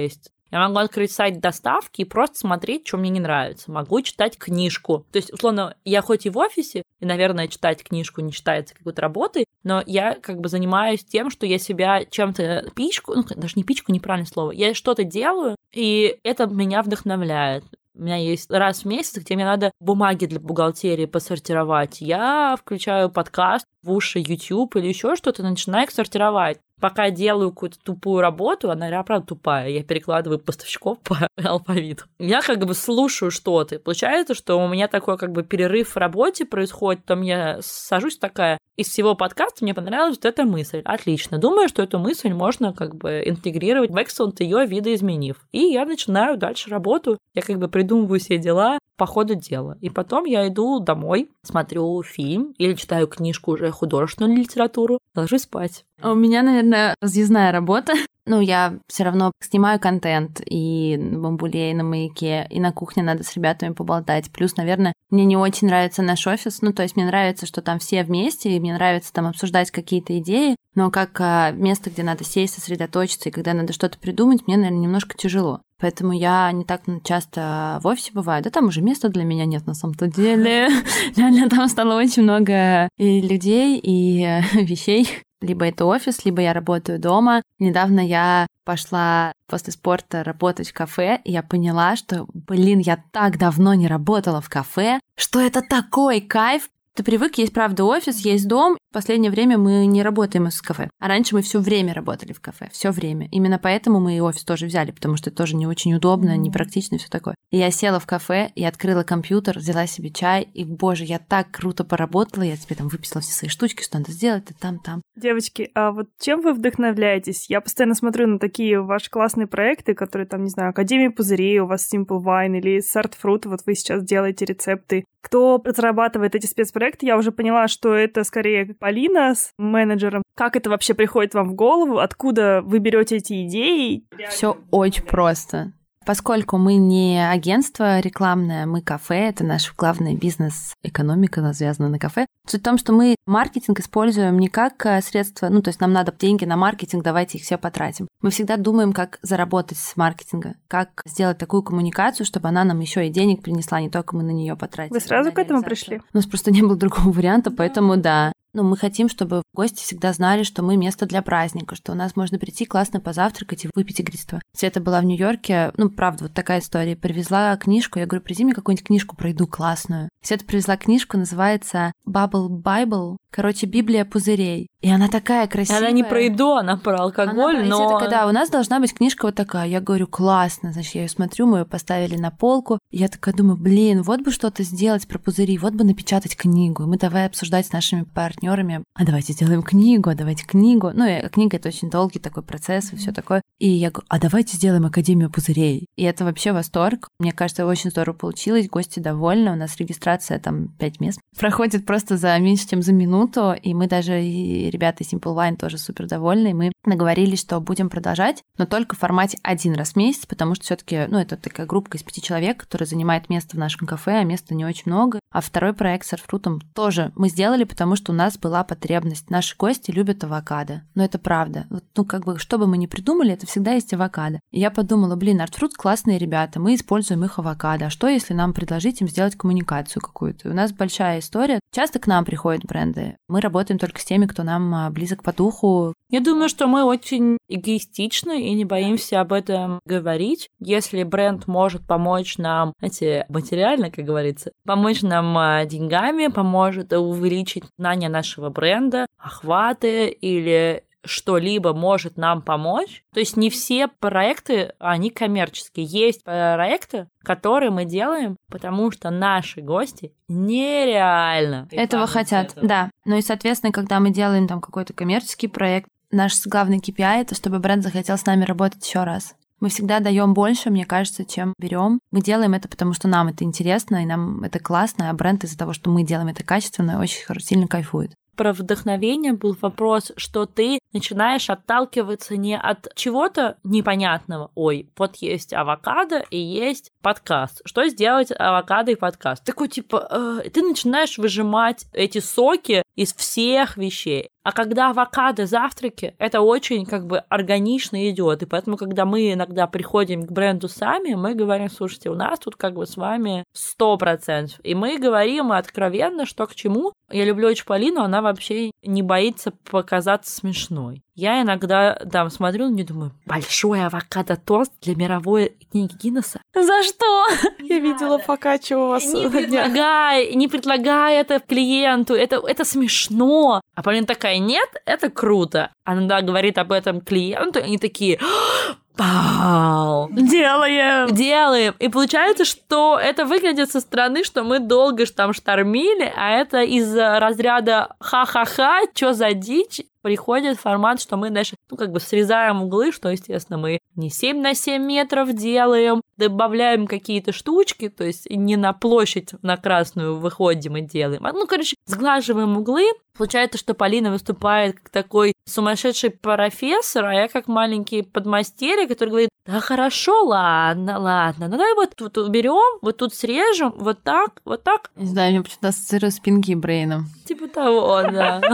Я могу открыть сайт доставки и просто смотреть, что мне не нравится. Могу читать книжку. То есть, условно, я хоть и в офисе, и, наверное, читать книжку не считается какой-то работой, но я как бы занимаюсь тем, что я себя чем-то пичку, ну, даже не пичку, неправильное слово, я что-то делаю, и это меня вдохновляет. У меня есть раз в месяц, где мне надо бумаги для бухгалтерии посортировать. Я включаю подкаст в уши, YouTube или еще что-то, начинаю их сортировать. Пока делаю какую-то тупую работу, она реально правда тупая, я перекладываю поставщиков по алфавиту. Я как бы слушаю что-то. Получается, что у меня такой как бы перерыв в работе происходит, потом я сажусь такая, из всего подкаста мне понравилась вот эта мысль. Отлично. Думаю, что эту мысль можно как бы интегрировать в Excellent, ее видоизменив. И я начинаю дальше работу. Я как бы придумываю все дела по ходу дела. И потом я иду домой, смотрю фильм или читаю книжку уже художественную литературу, ложусь спать. У меня, наверное, разъездная работа. Ну, я все равно снимаю контент и на Бамбуле, и на Маяке, и на кухне надо с ребятами поболтать. Плюс, наверное, мне не очень нравится наш офис. Ну, то есть мне нравится, что там все вместе, и мне нравится там обсуждать какие-то идеи. Но как место, где надо сесть, сосредоточиться, и когда надо что-то придумать, мне, наверное, немножко тяжело. Поэтому я не так часто в офисе бываю. Да там уже места для меня нет на самом-то деле. Реально там стало очень много и людей, и вещей. Либо это офис, либо я работаю дома. Недавно я пошла после спорта работать в кафе, и я поняла, что, я так давно не работала в кафе, что это такой кайф. Ты привык, есть, правда, офис, есть дом. В последнее время мы не работаем из кафе. А раньше мы все время работали в кафе, все время. Именно поэтому мы и офис тоже взяли, потому что это тоже не очень удобно, непрактично и все такое. И я села в кафе, и открыла компьютер, взяла себе чай, и, боже, я так круто поработала, я тебе там выписала все свои штучки, что надо сделать, и там. Девочки, а вот чем вы вдохновляетесь? Я постоянно смотрю на такие ваши классные проекты, которые там, не знаю, Академия пузырей, у вас Simple Wine или Sart Fruit, вот вы сейчас делаете рецепты. Кто разрабатывает эти спецпроекты? Я уже поняла, что это скорее Полина с менеджером. Как это вообще приходит вам в голову? Откуда вы берете эти идеи? Все очень просто. Поскольку мы не агентство рекламное, мы кафе, это наш главный бизнес, экономика, она связана на кафе. Суть в том, что мы маркетинг используем не как средство, то есть нам надо деньги на маркетинг, давайте их все потратим. Мы всегда думаем, как заработать с маркетинга, как сделать такую коммуникацию, чтобы она нам еще и денег принесла, не только мы на нее потратили. Вы сразу к этому пришли? У нас просто не было другого варианта, поэтому да. Мы хотим, чтобы гости всегда знали, что мы место для праздника, что у нас можно прийти классно позавтракать и выпить игристого. Света была в Нью-Йорке, правда, вот такая история. Привезла книжку, я говорю, привези мне какую-нибудь книжку про еду классную. Света привезла книжку, называется Bubble Bible, Библия пузырей. И она такая красивая. Она не про еду, она про алкоголь, но... Да, у нас должна быть книжка вот такая. Я говорю, классно. Значит, я ее смотрю, мы ее поставили на полку. И я такая думаю, вот бы что-то сделать про пузыри, вот бы напечатать книгу. И мы давай обсуждать с нашими партнерами. А давайте сделаем книгу, а давайте книгу. И книга — это очень долгий такой процесс и все такое. И я говорю, а давайте сделаем Академию пузырей. И это вообще восторг. Мне кажется, очень здорово получилось. Гости довольны. У нас регистрация там 5 мест. Проходит просто за меньше, чем за минуту. И мы даже, и ребята из Simple Wine тоже супер довольны. И мы договорились, что будем продолжать, но только в формате 1 раз в месяц, потому что все-таки, это такая группа из 5 человек, которая занимает место в нашем кафе, а места не очень много. А второй проект с Артфрутом тоже мы сделали, потому что у нас была потребность. Наши гости любят авокадо. Но это правда. Что бы мы ни придумали, это всегда есть авокадо. И я подумала, Артфрут классные ребята, мы используем их авокадо. А что, если нам предложить им сделать коммуникацию какую-то? У нас большая история. Часто к нам приходят бренды. Мы работаем только с теми, кто нам близок по духу. Я думаю, что мы очень эгоистичны и не боимся об этом говорить. Если бренд может помочь нам, материально, как говорится, помочь нам деньгами, поможет увеличить знание нашего бренда, охваты или что-либо может нам помочь. То есть не все проекты, они коммерческие. Есть проекты, которые мы делаем, потому что наши гости нереально этого хотят. Да. И, соответственно, когда мы делаем там какой-то коммерческий проект, наш главный KPI — это чтобы бренд захотел с нами работать еще раз. Мы всегда даем больше, мне кажется, чем берем. Мы делаем это, потому что нам это интересно, и нам это классно, а бренд из-за того, что мы делаем это качественно, очень сильно кайфует. Про вдохновение был вопрос, что ты начинаешь отталкиваться не от чего-то непонятного. Ой, вот есть авокадо и есть подкаст. Что сделать авокадо и подкаст? Такой ты начинаешь выжимать эти соки из всех вещей. А когда авокадо завтраки, это очень как бы органично идет. И поэтому, когда мы иногда приходим к бренду сами, мы говорим, слушайте, у нас тут как бы с вами 100%. И мы говорим откровенно, что к чему. Я люблю очень Полину, она вообще не боится показаться смешной. Я иногда там смотрю на нее и думаю, большой авокадо-тост для мировой книги Гиннесса? За что? Я видела фокаччо у вас. Не предлагай это клиенту, это смешно. А Полина такая, нет, это круто. Она говорит об этом клиенту, и они такие... Вау! Делаем! И получается, что это выглядит со стороны, что мы долго там штормили, а это из разряда ха-ха-ха, чё за дичь, приходит формат, что мы дальше, как бы срезаем углы, что, естественно, мы не 7 на 7 метров делаем, добавляем какие-то штучки, то есть не на площадь, на красную выходим и делаем. Сглаживаем углы. Получается, что Полина выступает как такой сумасшедший профессор, а я как маленький подмастерье, который говорит, да хорошо, ладно, ну давай вот тут уберем, вот тут срежем, вот так. Не знаю, мне почему-то ассоциирую с Пинки и Брейном. Типа того,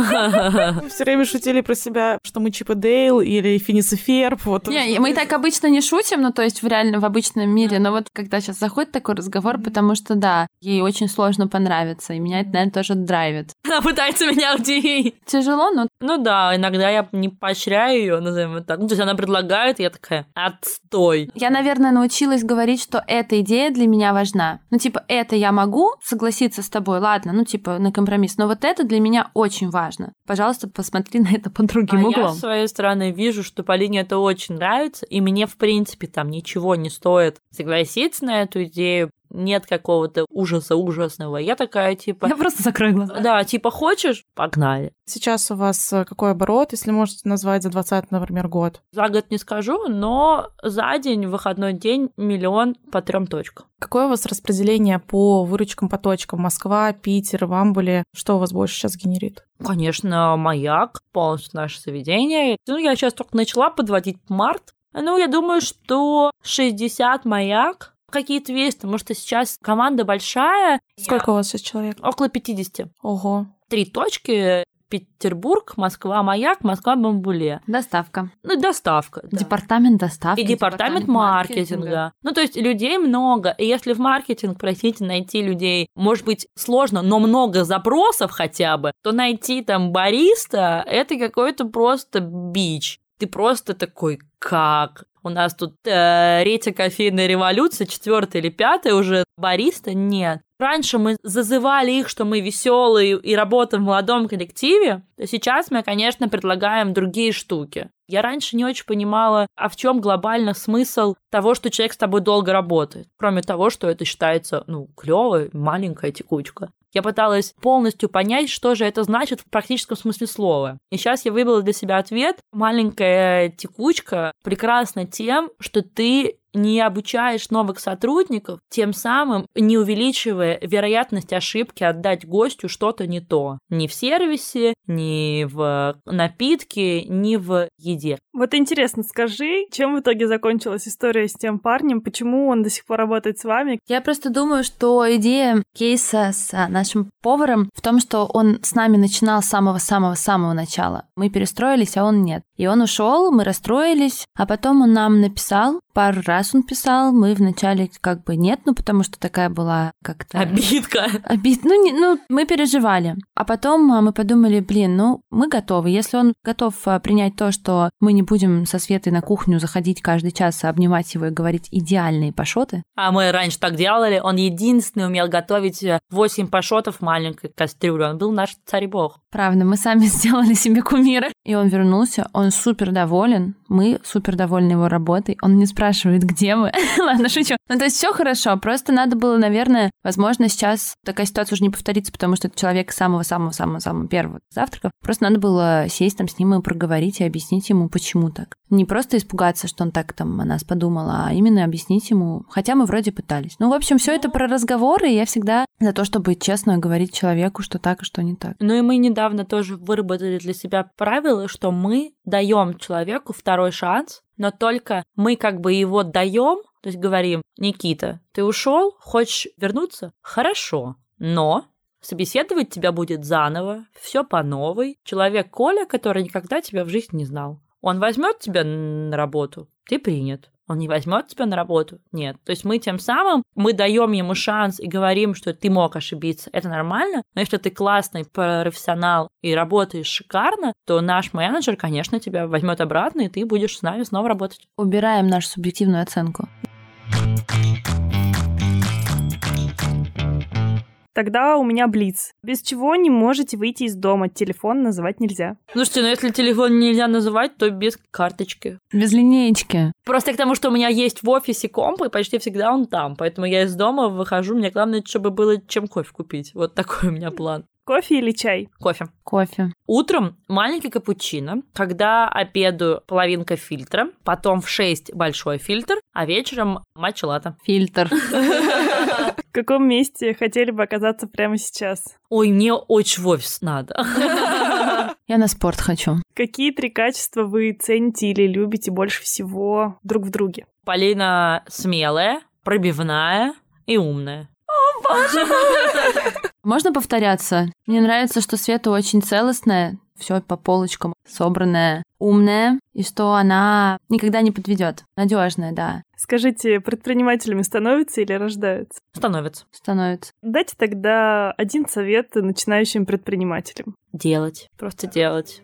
да. Все время шутили про себя, что мы Чип и Дейл или Финис и Ферб. Не, мы так обычно не шутим, ну то есть в обычном мире, но вот когда сейчас заходит такой разговор, потому что, да, ей очень сложно понравиться, и меня это, наверное, тоже драйвит. Она пытается меня удивить. Тяжело, но... Ну да, иногда я не поощряю ее, назовем это так. Ну, то есть она предлагает, и я такая, отстой. Я, наверное, научилась говорить, что эта идея для меня важна. Ну, типа, это я могу согласиться с тобой, ладно, ну, типа, на компромисс, но вот это для меня очень важно. Пожалуйста, посмотри на это под другим углом. Я, с своей стороны, вижу, что Полине это очень нравится, и мне, в принципе, там ничего не стоит согласиться на эту идею, нет какого-то ужаса ужасного. Я такая, типа... Я просто закрою глаза. Да, типа, хочешь? Погнали. Сейчас у вас какой оборот, если можете назвать за 20, например, год? За год не скажу, но за день, в выходной день, 1 миллион по 3 точкам. Какое у вас распределение по выручкам по точкам? Москва, Питер, в Амбуле? Что у вас больше сейчас генерит? Конечно, Маяк, полностью наше заведение. Ну, я сейчас только начала подводить март. Ну, я думаю, что 60 Маяк. Какие-то есть, потому что сейчас команда большая. Сколько у вас сейчас человек? Около 50. Ого. 3 точки. Петербург, Москва, Маяк, Москва, Бамбуле. Доставка. Ну, доставка. Да. Департамент доставки. И департамент маркетинга. Ну, то есть людей много. И если в маркетинг, простите, найти людей, может быть, сложно, но много запросов хотя бы, то найти там бариста – это какой-то просто бич. Ты просто такой, как? У нас тут 3-я кофейная революция, 4-я или 5-я уже бариста? Нет. Раньше мы зазывали их, что мы веселые и работаем в молодом коллективе, то сейчас мы, конечно, предлагаем другие штуки. Я раньше не очень понимала, а в чем глобально смысл того, что человек с тобой долго работает, кроме того, что это считается, клёвой, маленькая текучка. Я пыталась полностью понять, что же это значит в практическом смысле слова. И сейчас я выбрала для себя ответ. Маленькая текучка прекрасна тем, что ты не обучаешь новых сотрудников, тем самым не увеличивая вероятность ошибки отдать гостю что-то не то. Ни в сервисе, ни в напитке, ни в еде. Вот интересно, скажи, чем в итоге закончилась история с тем парнем? Почему он до сих пор работает с вами? Я просто думаю, что идея кейса с нашим поваром в том, что он с нами начинал с самого-самого-самого начала. Мы перестроились, а он нет. И он ушел, мы расстроились, а потом он нам написал, пару раз он писал, мы вначале как бы нет, потому что такая была как-то... Обидка. Мы переживали. А потом мы подумали, мы готовы. Если он готов принять то, что мы не будем со Светой на кухню заходить каждый час, обнимать его и говорить идеальные пашоты. А мы раньше так делали. Он единственный умел готовить 8 пашотов в маленькой кастрюле. Он был наш царь-бог. Правда, мы сами сделали себе кумира. И он вернулся, он супер доволен. Мы супер довольны его работой. Он не спрашивает, где мы. Ладно, шучу. То есть все хорошо. Просто надо было, наверное, возможно, сейчас такая ситуация уже не повторится, потому что это человек с самого-самого-самого первого завтрака. Просто надо было сесть там с ним и проговорить и объяснить ему, почему так. Не просто испугаться, что он так там о нас подумал, а именно объяснить ему, хотя мы вроде пытались. В общем, все это про разговоры, и я всегда за то, чтобы честно говорить человеку, что так, и что не так. И мы недавно тоже выработали для себя правило, что мы даем человеку второй шанс, но только мы как бы его даем, то есть говорим: Никита, ты ушел, хочешь вернуться? Хорошо, но Собеседовать тебя будет заново, все по новой. Человек Коля, который никогда тебя в жизни не знал. Он возьмет тебя на работу, ты принят. Он не возьмет тебя на работу? Нет. То есть мы тем самым, мы даем ему шанс и говорим, что ты мог ошибиться. Это нормально. Но если ты классный профессионал и работаешь шикарно, то наш менеджер, конечно, тебя возьмет обратно, и ты будешь с нами снова работать. Убираем нашу субъективную оценку. Тогда у меня блиц. Без чего не можете выйти из дома? Телефон называть нельзя. Слушайте, ну если телефон нельзя называть, то без карточки. Без линеечки. Просто к тому, что у меня есть в офисе комп, и почти всегда он там. Поэтому я из дома выхожу, мне главное, чтобы было чем кофе купить. Вот такой у меня план. Кофе или чай? Кофе. Кофе. Утром маленький капучино, когда обедаю половинка фильтра, потом в 6 большой фильтр, а вечером матча-латте. Фильтр. В каком месте хотели бы оказаться прямо сейчас? Ой, мне очень в офис надо. Я на спорт хочу. Какие 3 качества вы цените или любите больше всего друг в друге? Полина смелая, пробивная и умная. Можно повторяться? Мне нравится, что Света очень целостная, все по полочкам, собранная, умная, и что она никогда не подведет. Надежная, да. Скажите, предпринимателями становятся или рождаются? Становится. Становится. Дайте тогда один совет начинающим предпринимателям. Делать. Просто делать.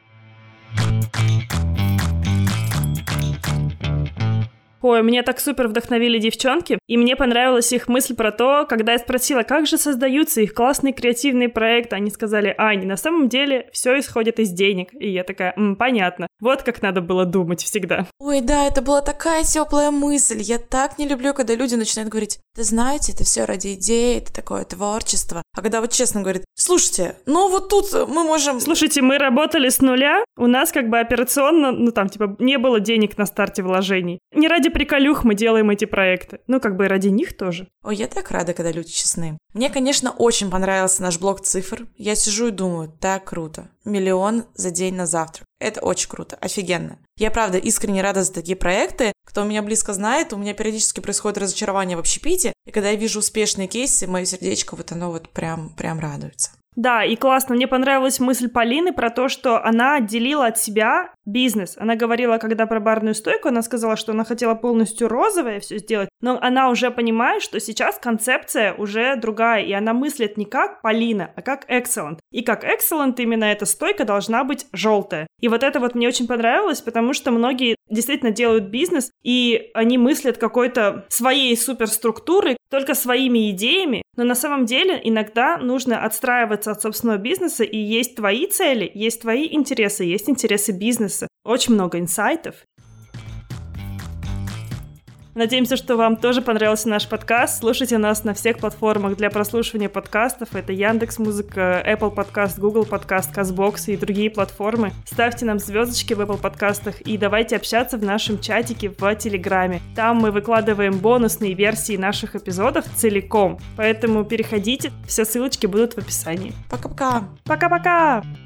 Ой, меня так супер вдохновили девчонки, и мне понравилась их мысль про то, когда я спросила, как же создаются их классные креативные проекты, они сказали: Ань, на самом деле все исходит из денег. И я такая: понятно, вот как надо было думать всегда. Ой, да, это была такая теплая мысль. Я так не люблю, когда люди начинают говорить: да знаете, это все ради идеи, это такое творчество. А когда вот честно говорят: слушайте, ну вот тут мы можем... Слушайте, мы работали с нуля, у нас как бы операционно, не было денег на старте вложений. Не ради приколюх мы делаем эти проекты. Как бы и ради них тоже. Ой, я так рада, когда люди честны. Мне, конечно, очень понравился наш блок цифр. Я сижу и думаю: так круто. 1 миллион за день на завтрак. Это очень круто, офигенно. Я, правда, искренне рада за такие проекты. Кто меня близко знает, у меня периодически происходит разочарование в общепите. И когда я вижу успешные кейсы, мое сердечко оно прям радуется. Да, и классно. Мне понравилась мысль Полины про то, что она отделила от себя бизнес. Она говорила, когда про барную стойку, она сказала, что она хотела полностью розовое все сделать, но она уже понимает, что сейчас концепция уже другая, и она мыслит не как Полина, а как Excellent. И как Excellent именно эта стойка должна быть желтая. И вот это вот мне очень понравилось, потому что многие действительно делают бизнес, и они мыслят какой-то своей суперструктурой, только своими идеями, но на самом деле иногда нужно отстраиваться от собственного бизнеса, и есть твои цели, есть твои интересы, есть интересы бизнеса. Очень много инсайтов. Надеемся, что вам тоже понравился наш подкаст. Слушайте нас на всех платформах для прослушивания подкастов. Это Яндекс.Музыка, Apple Podcast, Google Podcast, Castbox и другие платформы. Ставьте нам звездочки в Apple подкастах и давайте общаться в нашем чатике в Телеграме. Там мы выкладываем бонусные версии наших эпизодов целиком. Поэтому переходите, все ссылочки будут в описании. Пока-пока! Пока-пока!